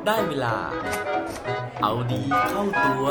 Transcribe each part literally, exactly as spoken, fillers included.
ได้เวลาเอาดีเข้าตัว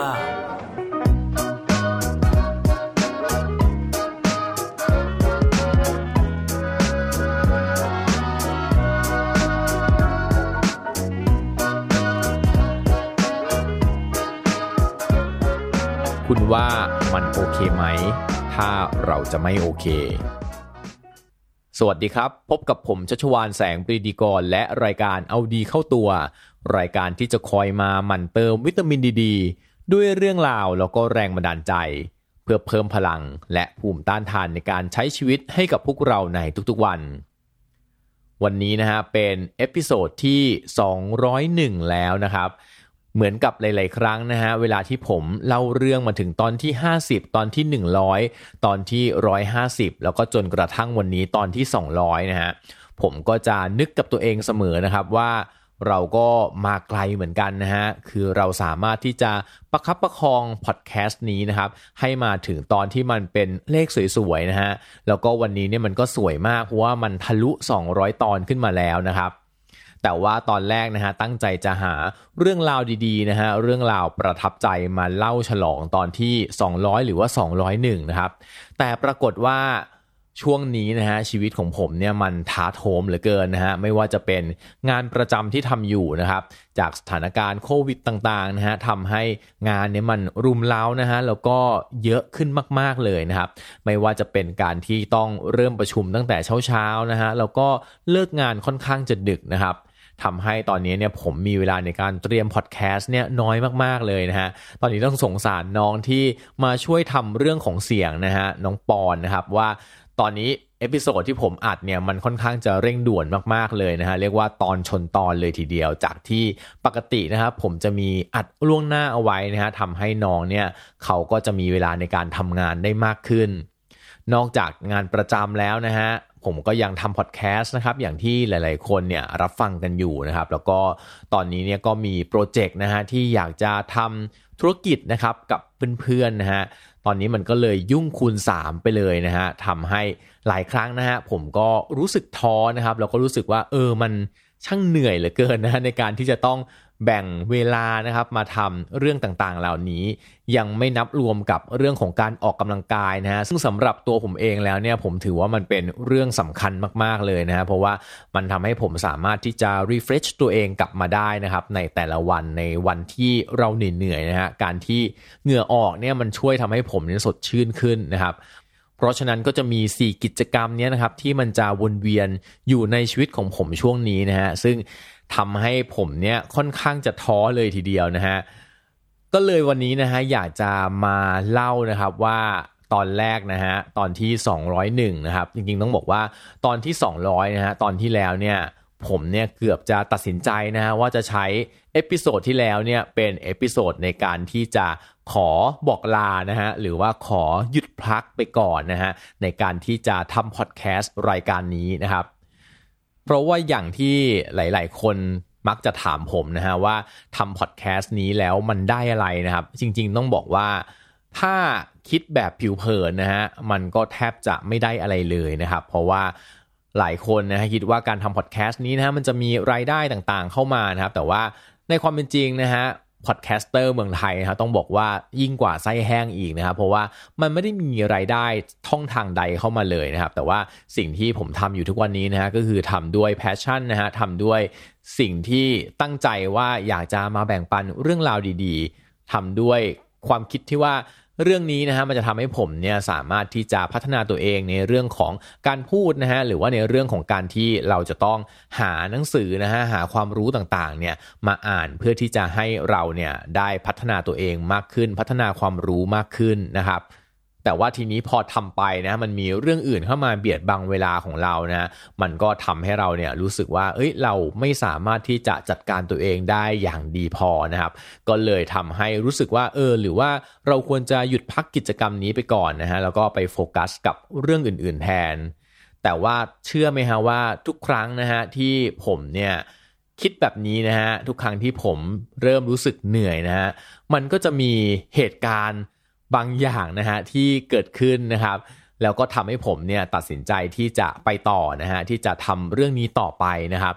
คุณว่ามันโอเคไหมถ้าเราจะไม่โอเคสวัสดีครับพบกับผมชัชวาลแสงปรีดีกรและรายการเอาดีเข้าตัวรายการที่จะคอยมาหมั่นเติมวิตามินดีดีด้วยเรื่องราวแล้วก็แรงบันดาลใจเพื่อเพิ่มพลังและภูมิต้านทานในการใช้ชีวิตให้กับพวกเราในทุกๆวันวันนี้นะฮะเป็นเอพิโซดที่สองร้อยเอ็ดแล้วนะครับเหมือนกับหลายๆครั้งนะฮะเวลาที่ผมเล่าเรื่องมาถึงตอนที่ห้าสิบตอนที่หนึ่งร้อยตอนที่หนึ่งร้อยห้าสิบแล้วก็จนกระทั่งวันนี้ตอนที่สองร้อยนะฮะผมก็จะนึกกับตัวเองเสมอนะครับว่าเราก็มาไกลเหมือนกันนะฮะคือเราสามารถที่จะประคับประคองพอดแคสต์นี้นะครับให้มาถึงตอนที่มันเป็นเลขสวยๆนะฮะแล้วก็วันนี้เนี่ยมันก็สวยมากเพราะว่ามันทะลุสองร้อยตอนขึ้นมาแล้วนะครับแต่ว่าตอนแรกนะฮะตั้งใจจะหาเรื่องราวดีๆนะฮะเรื่องราวประทับใจมาเล่าฉลองตอนที่สองร้อยหรือว่าสองร้อยเอ็ดนะครับแต่ปรากฏว่าช่วงนี้นะฮะชีวิตของผมเนี่ยมันท้าโถมเหลือเกินนะฮะไม่ว่าจะเป็นงานประจำที่ทำอยู่นะครับจากสถานการณ์โควิดต่างๆนะฮะทำให้งานเนี่ยมันรุมเร้านะฮะแล้วก็เยอะขึ้นมากๆเลยนะครับไม่ว่าจะเป็นการที่ต้องเริ่มประชุมตั้งแต่เช้าๆนะฮะแล้วก็เลิกงานค่อนข้างจะดึกนะครับทำให้ตอนนี้เนี่ยผมมีเวลาในการเตรียมพอดแคสต์เนี่ยน้อยมากๆเลยนะฮะตอนนี้ต้องสงสารน้องที่มาช่วยทำเรื่องของเสียงนะฮะน้องปอนนะครับว่าตอนนี้เอพิโซดที่ผมอัดเนี่ยมันค่อนข้างจะเร่งด่วนมากๆเลยนะฮะเรียกว่าตอนชนตอนเลยทีเดียวจากที่ปกตินะครับผมจะมีอัดล่วงหน้าเอาไว้นะฮะทำให้น้องเนี่ยเขาก็จะมีเวลาในการทำงานได้มากขึ้นนอกจากงานประจำแล้วนะฮะผมก็ยังทำพอดแคสต์นะครับอย่างที่หลายๆคนเนี่ยรับฟังกันอยู่นะครับแล้วก็ตอนนี้เนี่ยก็มีโปรเจกต์นะฮะที่อยากจะทำธุรกิจนะครับกับเพื่อนๆนะฮะตอนนี้มันก็เลยยุ่งคูณสามไปเลยนะฮะทำให้หลายครั้งนะฮะผมก็รู้สึกท้อนะครับแล้วก็รู้สึกว่าเออมันช่างเหนื่อยเหลือเกินนะฮะในการที่จะต้องแบ่งเวลานะครับมาทำเรื่องต่างๆเหล่านี้ยังไม่นับรวมกับเรื่องของการออกกำลังกายนะฮะซึ่งสำหรับตัวผมเองแล้วเนี่ยผมถือว่ามันเป็นเรื่องสำคัญมากๆเลยนะฮะเพราะว่ามันทำให้ผมสามารถที่จะ refresh ตัวเองกลับมาได้นะครับในแต่ละวันในวันที่เราเหนื่อยๆนะฮะการที่เหงื่อออกเนี่ยมันช่วยทำให้ผมเนี่ยสดชื่นขึ้นนะครับเพราะฉะนั้นก็จะมีสี่กิจกรรมเนี้ยนะครับที่มันจะวนเวียนอยู่ในชีวิตของผมช่วงนี้นะฮะซึ่งทำให้ผมเนี่ยค่อนข้างจะท้อเลยทีเดียวนะฮะก็เลยวันนี้นะฮะอยากจะมาเล่านะครับว่าตอนแรกนะฮะตอนที่สองร้อยเอ็ดนะครับจริงๆต้องบอกว่าตอนที่สองร้อยนะฮะตอนที่แล้วเนี่ยผมเนี่ยเกือบจะตัดสินใจนะฮะว่าจะใช้เอพิโซดที่แล้วเนี่ยเป็นเอพิโซดในการที่จะขอบอกลานะฮะหรือว่าขอหยุดพักไปก่อนนะฮะในการที่จะทำพอดแคสต์รายการนี้นะครับเพราะว่าอย่างที่หลายๆคนมักจะถามผมนะฮะว่าทำพอดแคสต์นี้แล้วมันได้อะไรนะครับจริงๆต้องบอกว่าถ้าคิดแบบผิวเผินนะฮะมันก็แทบจะไม่ได้อะไรเลยนะครับเพราะว่าหลายคนนะฮะคิดว่าการทำพอดแคสต์นี้นะฮะมันจะมีรายได้ต่างๆเข้ามานะครับแต่ว่าในความเป็นจริงนะฮะพอดแคสเตอร์เมืองไทยนะครับต้องบอกว่ายิ่งกว่าไส้แห้งอีกนะครับเพราะว่ามันไม่ได้มีรายได้ท่องทางใดเข้ามาเลยนะครับแต่ว่าสิ่งที่ผมทำอยู่ทุกวันนี้นะฮะก็คือทำด้วยแพชชั่นนะฮะทำด้วยสิ่งที่ตั้งใจว่าอยากจะมาแบ่งปันเรื่องราวดีๆทำด้วยความคิดที่ว่าเรื่องนี้นะฮะมันจะทำให้ผมเนี่ยสามารถที่จะพัฒนาตัวเองในเรื่องของการพูดนะฮะหรือว่าในเรื่องของการที่เราจะต้องหาหนังสือนะฮะหาความรู้ต่างๆเนี่ยมาอ่านเพื่อที่จะให้เราเนี่ยได้พัฒนาตัวเองมากขึ้นพัฒนาความรู้มากขึ้นนะครับแต่ว่าทีนี้พอทำไปนะมันมีเรื่องอื่นเข้ามาเบียดบังเวลาของเรานะมันก็ทำให้เราเนี่ยรู้สึกว่าเอ้ยเราไม่สามารถที่จะจัดการตัวเองได้อย่างดีพอนะครับก็เลยทำให้รู้สึกว่าเออหรือว่าเราควรจะหยุดพักกิจกรรมนี้ไปก่อนนะฮะแล้วก็ไปโฟกัสกับเรื่องอื่นๆแทนแต่ว่าเชื่อไหมฮะว่าทุกครั้งนะฮะที่ผมเนี่ยคิดแบบนี้นะฮะทุกครั้งที่ผมเริ่มรู้สึกเหนื่อยนะฮะมันก็จะมีเหตุการณ์บางอย่างนะฮะที่เกิดขึ้นนะครับแล้วก็ทำให้ผมเนี่ยตัดสินใจที่จะไปต่อนะฮะที่จะทำเรื่องนี้ต่อไปนะครับ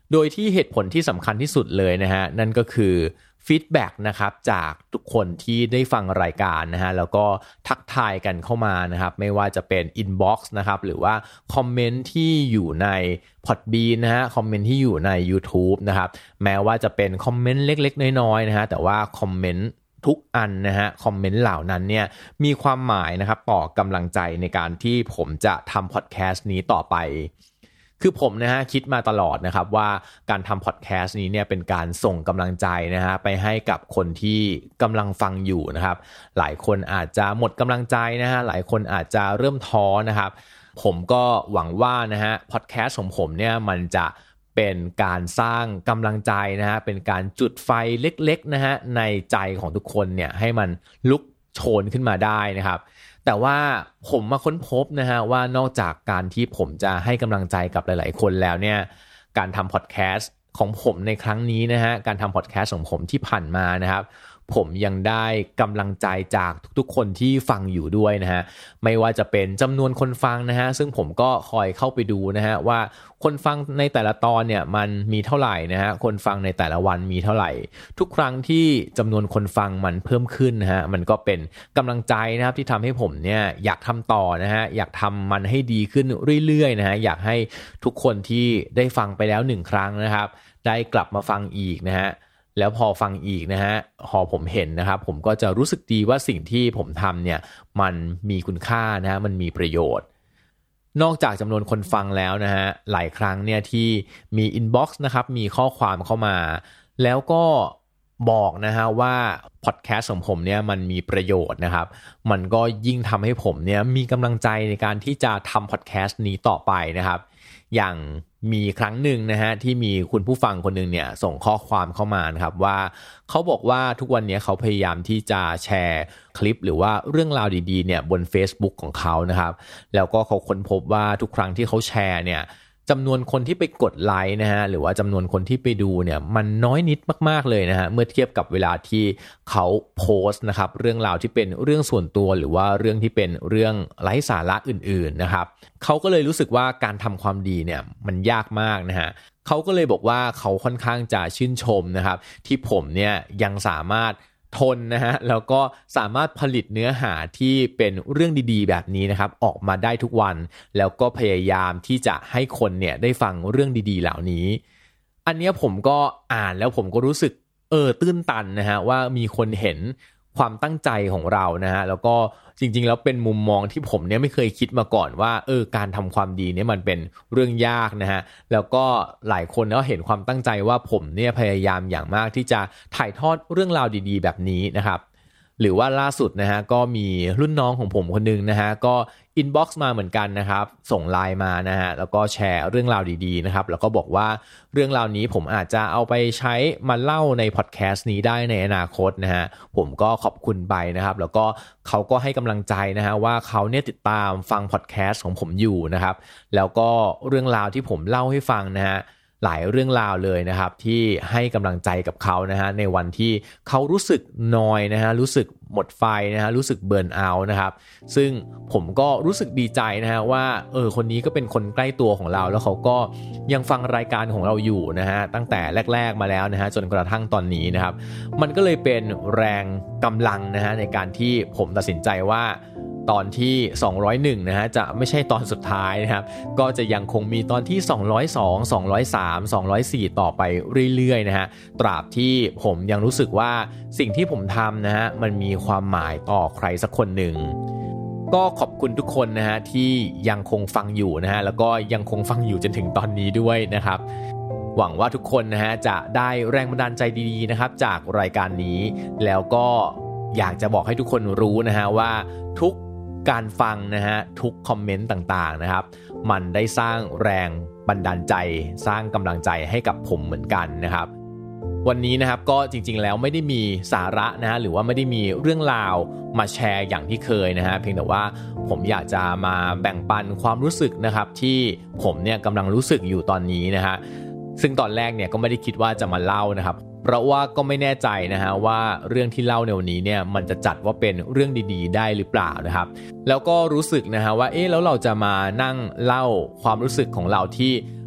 โดยที่เหตุผลที่สำคัญที่สุดเลยนะฮะนั่นก็คือฟีดแบ็กนะครับจากทุกคนที่ได้ฟังรายการนะฮะแล้วก็ทักทายกันเข้ามานะครับไม่ว่าจะเป็นอินบ็อกซ์นะครับหรือว่าคอมเมนต์ที่อยู่ใน Podbean นะฮะคอมเมนต์ที่อยู่ใน YouTube นะครับแม้ว่าจะเป็นคอมเมนต์เล็กๆน้อยๆนะฮะแต่ว่าคอมเมนต์ทุกอันนะฮะคอมเมนต์เหล่านั้นเนี่ยมีความหมายนะครับต่อกำลังใจในการที่ผมจะทำพอดแคสต์นี้ต่อไปคือผมนะฮะคิดมาตลอดนะครับว่าการทำพอดแคสต์นี้เนี่ยเป็นการส่งกำลังใจนะฮะไปให้กับคนที่กำลังฟังอยู่นะครับหลายคนอาจจะหมดกำลังใจนะฮะหลายคนอาจจะเริ่มท้อนะครับผมก็หวังว่านะฮะพอดแคสต์ของผมเนี่ยมันจะเป็นการสร้างกำลังใจนะฮะเป็นการจุดไฟเล็กๆนะฮะในใจของทุกคนเนี่ยให้มันลุกโชนขึ้นมาได้นะครับแต่ว่าผมมาค้นพบนะฮะว่านอกจากการที่ผมจะให้กำลังใจกับหลายๆคนแล้วเนี่ยการทำพอดแคสต์ของผมในครั้งนี้นะฮะการทำพอดแคสต์ของผมที่ผ่านมานะครับผมยังได้กำลังใจจากทุกๆคนที่ฟังอยู่ด้วยนะฮะไม่ว่าจะเป็นจำนวนคนฟังนะฮะซึ่งผมก็คอยเข้าไปดูนะฮะว่าคนฟังในแต่ละตอนเนี่ยมันมีเท่าไหร่นะฮะคนฟังในแต่ละวันมีเท่าไหร่ทุกครั้งที่จำนวนคนฟังมันเพิ่มขึ้นนะฮะมันก็เป็นกำลังใจนะครับที่ทำให้ผมเนี่ยอยากทำต่อนะฮะอยากทำมันให้ดีขึ้นเรื่อยๆนะฮะอยากให้ทุกคนที่ได้ฟังไปแล้วหนึ่งครั้งนะครับได้กลับมาฟังอีกนะฮะแล้วพอฟังอีกนะฮะพอผมเห็นนะครับผมก็จะรู้สึกดีว่าสิ่งที่ผมทำเนี่ยมันมีคุณค่านะฮะมันมีประโยชน์นอกจากจำนวนคนฟังแล้วนะฮะหลายครั้งเนี่ยที่มีอินบ็อกซ์นะครับมีข้อความเข้ามาแล้วก็บอกนะฮะว่าพอดแคสต์ของผมเนี่ยมันมีประโยชน์นะครับมันก็ยิ่งทำให้ผมเนี่ยมีกำลังใจในการที่จะทำพอดแคสต์นี้ต่อไปนะครับอย่างมีครั้งหนึ่งนะฮะที่มีคุณผู้ฟังคนนึงเนี่ยส่งข้อความเข้ามานะครับว่าเขาบอกว่าทุกวันนี้เขาพยายามที่จะแชร์คลิปหรือว่าเรื่องราวดีๆเนี่ยบน Facebook ของเขานะครับแล้วก็เขาค้นพบว่าทุกครั้งที่เขาแชร์เนี่ยจำนวนคนที่ไปกดไลค์นะฮะหรือว่าจำนวนคนที่ไปดูเนี่ยมันน้อยนิดมากๆเลยนะฮะเมื่อเทียบกับเวลาที่เขาโพสต์นะครับเรื่องราวที่เป็นเรื่องส่วนตัวหรือว่าเรื่องที่เป็นเรื่องไร้สาระอื่นๆนะครับเขาก็เลยรู้สึกว่าการทำความดีเนี่ยมันยากมากนะฮะเขาก็เลยบอกว่าเขาค่อนข้างจะชื่นชมนะครับที่ผมเนี่ยยังสามารถทนนะฮะแล้วก็สามารถผลิตเนื้อหาที่เป็นเรื่องดีๆแบบนี้นะครับออกมาได้ทุกวันแล้วก็พยายามที่จะให้คนเนี่ยได้ฟังเรื่องดีๆเหล่านี้อันนี้ผมก็อ่านแล้วผมก็รู้สึกเออตื้นตันนะฮะว่ามีคนเห็นความตั้งใจของเรานะฮะแล้วก็จริงๆแล้วเป็นมุมมองที่ผมเนี่ยไม่เคยคิดมาก่อนว่าเออการทำความดีเนี่ยมันเป็นเรื่องยากนะฮะแล้วก็หลายคนก็เห็นความตั้งใจว่าผมเนี่ยพยายามอย่างมากที่จะถ่ายทอดเรื่องราวดีๆแบบนี้นะครับหรือว่าล่าสุดนะฮะก็มีรุ่นน้องของผมคนนึงนะฮะก็อินบ็อกซ์มาเหมือนกันนะครับส่งไลน์มานะฮะแล้วก็แชร์เรื่องราวดีๆนะครับแล้วก็บอกว่าเรื่องราวนี้ผมอาจจะเอาไปใช้มาเล่าในพอดแคสต์นี้ได้ในอนาคตนะฮะผมก็ขอบคุณไปนะครับแล้วก็เขาก็ให้กำลังใจนะฮะว่าเขาเนี่ยติดตามฟังพอดแคสต์ของผมอยู่นะครับแล้วก็เรื่องราวที่ผมเล่าให้ฟังนะฮะหลายเรื่องราวเลยนะครับที่ให้กำลังใจกับเขานะฮะในวันที่เขารู้สึกนอยนะฮะรู้สึกหมดไฟนะฮะรู้สึกเบิร์นเอาท์นะครับซึ่งผมก็รู้สึกดีใจนะฮะว่าเออคนนี้ก็เป็นคนใกล้ตัวของเราแล้วเขาก็ยังฟังรายการของเราอยู่นะฮะตั้งแต่แรกๆมาแล้วนะฮะจนกระทั่งตอนนี้นะครับมันก็เลยเป็นแรงกำลังนะฮะในการที่ผมตัดสินใจว่าตอนที่สองร้อยเอ็ดนะฮะจะไม่ใช่ตอนสุดท้ายนะครับก็จะยังคงมีตอนที่สองร้อยสอง สองร้อยสาม สองร้อยสี่ต่อไปเรื่อยๆนะฮะตราบที่ผมยังรู้สึกว่าสิ่งที่ผมทำนะฮะมันมีความหมายต่อใครสักคนหนึ่งก็ขอบคุณทุกคนนะฮะที่ยังคงฟังอยู่นะฮะแล้วก็ยังคงฟังอยู่จนถึงตอนนี้ด้วยนะครับหวังว่าทุกคนนะฮะจะได้แรงบันดาลใจดีๆนะครับจากรายการนี้แล้วก็อยากจะบอกให้ทุกคนรู้นะฮะว่าทุกการฟังนะฮะทุกคอมเมนต์ต่างๆนะครับมันได้สร้างแรงบันดาลใจสร้างกำลังใจให้กับผมเหมือนกันนะครับวันนี้นะครับก็จริงๆแล้วไม่ได้มีสาระนะฮะหรือว่าไม่ได้มีเรื่องราวมาแชร์อย่างที่เคยนะฮะเพียงแต่ว่าผมอยากจะมาแบ่งปันความรู้สึกนะครับที่ผมเนี่ยกำลังรู้สึกอยู่ตอนนี้นะฮะซึ่งตอนแรกเนี่ยก็ไม่ได้คิดว่าจะมาเล่านะครับเพราะว่าก็ไม่แน่ใจนะฮะว่าเรื่องที่เล่าในวันนี้เนี่ยมันจะจัดว่าเป็นเรื่องดีๆได้หรือเปล่านะครับแล้วก็รู้สึกนะฮะว่าเอ๊ะแล้วเราจะมานั่งเล่าความรู้สึกของเราที่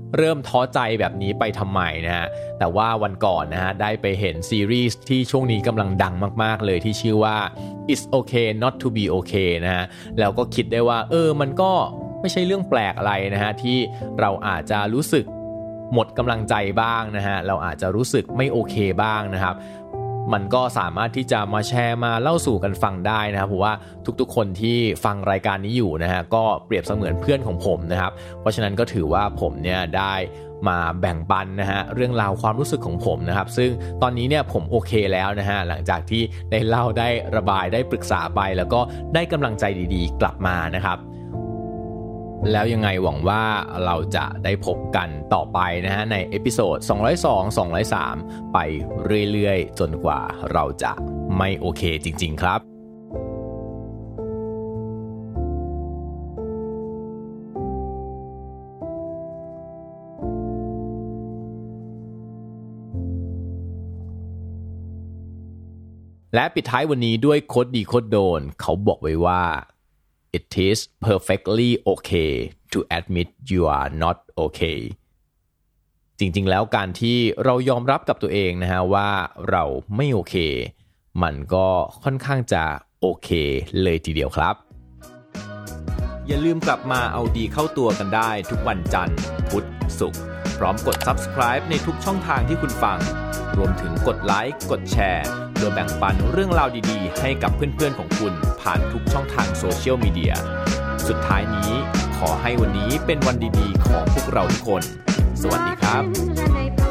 เริ่มท้อใจแบบนี้ไปทำไมนะฮะแต่ว่าวันก่อนนะฮะได้ไปเห็นซีรีส์ที่ช่วงนี้กำลังดังมากๆเลยที่ชื่อว่า It's Okay Not to Be Okay นะฮะแล้วก็คิดได้ว่าเออมันก็ไม่ใช่เรื่องแปลกอะไรนะฮะที่เราอาจจะรู้สึกหมดกำลังใจบ้างนะฮะเราอาจจะรู้สึกไม่โอเคบ้างนะครับมันก็สามารถที่จะมาแชร์มาเล่าสู่กันฟังได้นะครับเพราะว่าทุกๆคนที่ฟังรายการนี้อยู่นะฮะก็เปรียบเสมือนเพื่อนของผมนะครับเพราะฉะนั้นก็ถือว่าผมเนี่ยได้มาแบ่งปันนะฮะเรื่องราวความรู้สึกของผมนะครับซึ่งตอนนี้เนี่ยผมโอเคแล้วนะฮะหลังจากที่ได้เล่าได้ระบายได้ปรึกษาไปแล้วก็ได้กำลังใจดีๆกลับมานะครับแล้วยังไงหวังว่าเราจะได้พบกันต่อไปนะฮะในเอพิโซดสองร้อยสอง สองร้อยสามไปเรื่อยๆจนกว่าเราจะไม่โอเคจริงๆครับและปิดท้ายวันนี้ด้วยโคตรดีโคตรโดนเขาบอกไว้ว่าIt is perfectly okay to admit you are not okay จริงๆแล้วการที่เรายอมรับกับตัวเองนะฮะว่าเราไม่โอเคมันก็ค่อนข้างจะโอเคเลยทีเดียวครับอย่าลืมกลับมาเอาดีเข้าตัวกันได้ทุกวันจันทร์พุธศุกร์พร้อมกด Subscribe ในทุกช่องทางที่คุณฟังรวมถึงกดไลค์กดแชร์เพื่อแบ่งปันเรื่องราวดีๆให้กับเพื่อนๆของคุณผ่านทุกช่องทางโซเชียลมีเดียสุดท้ายนี้ขอให้วันนี้เป็นวันดีๆของพวกเราทุกคนสวัสดีครับ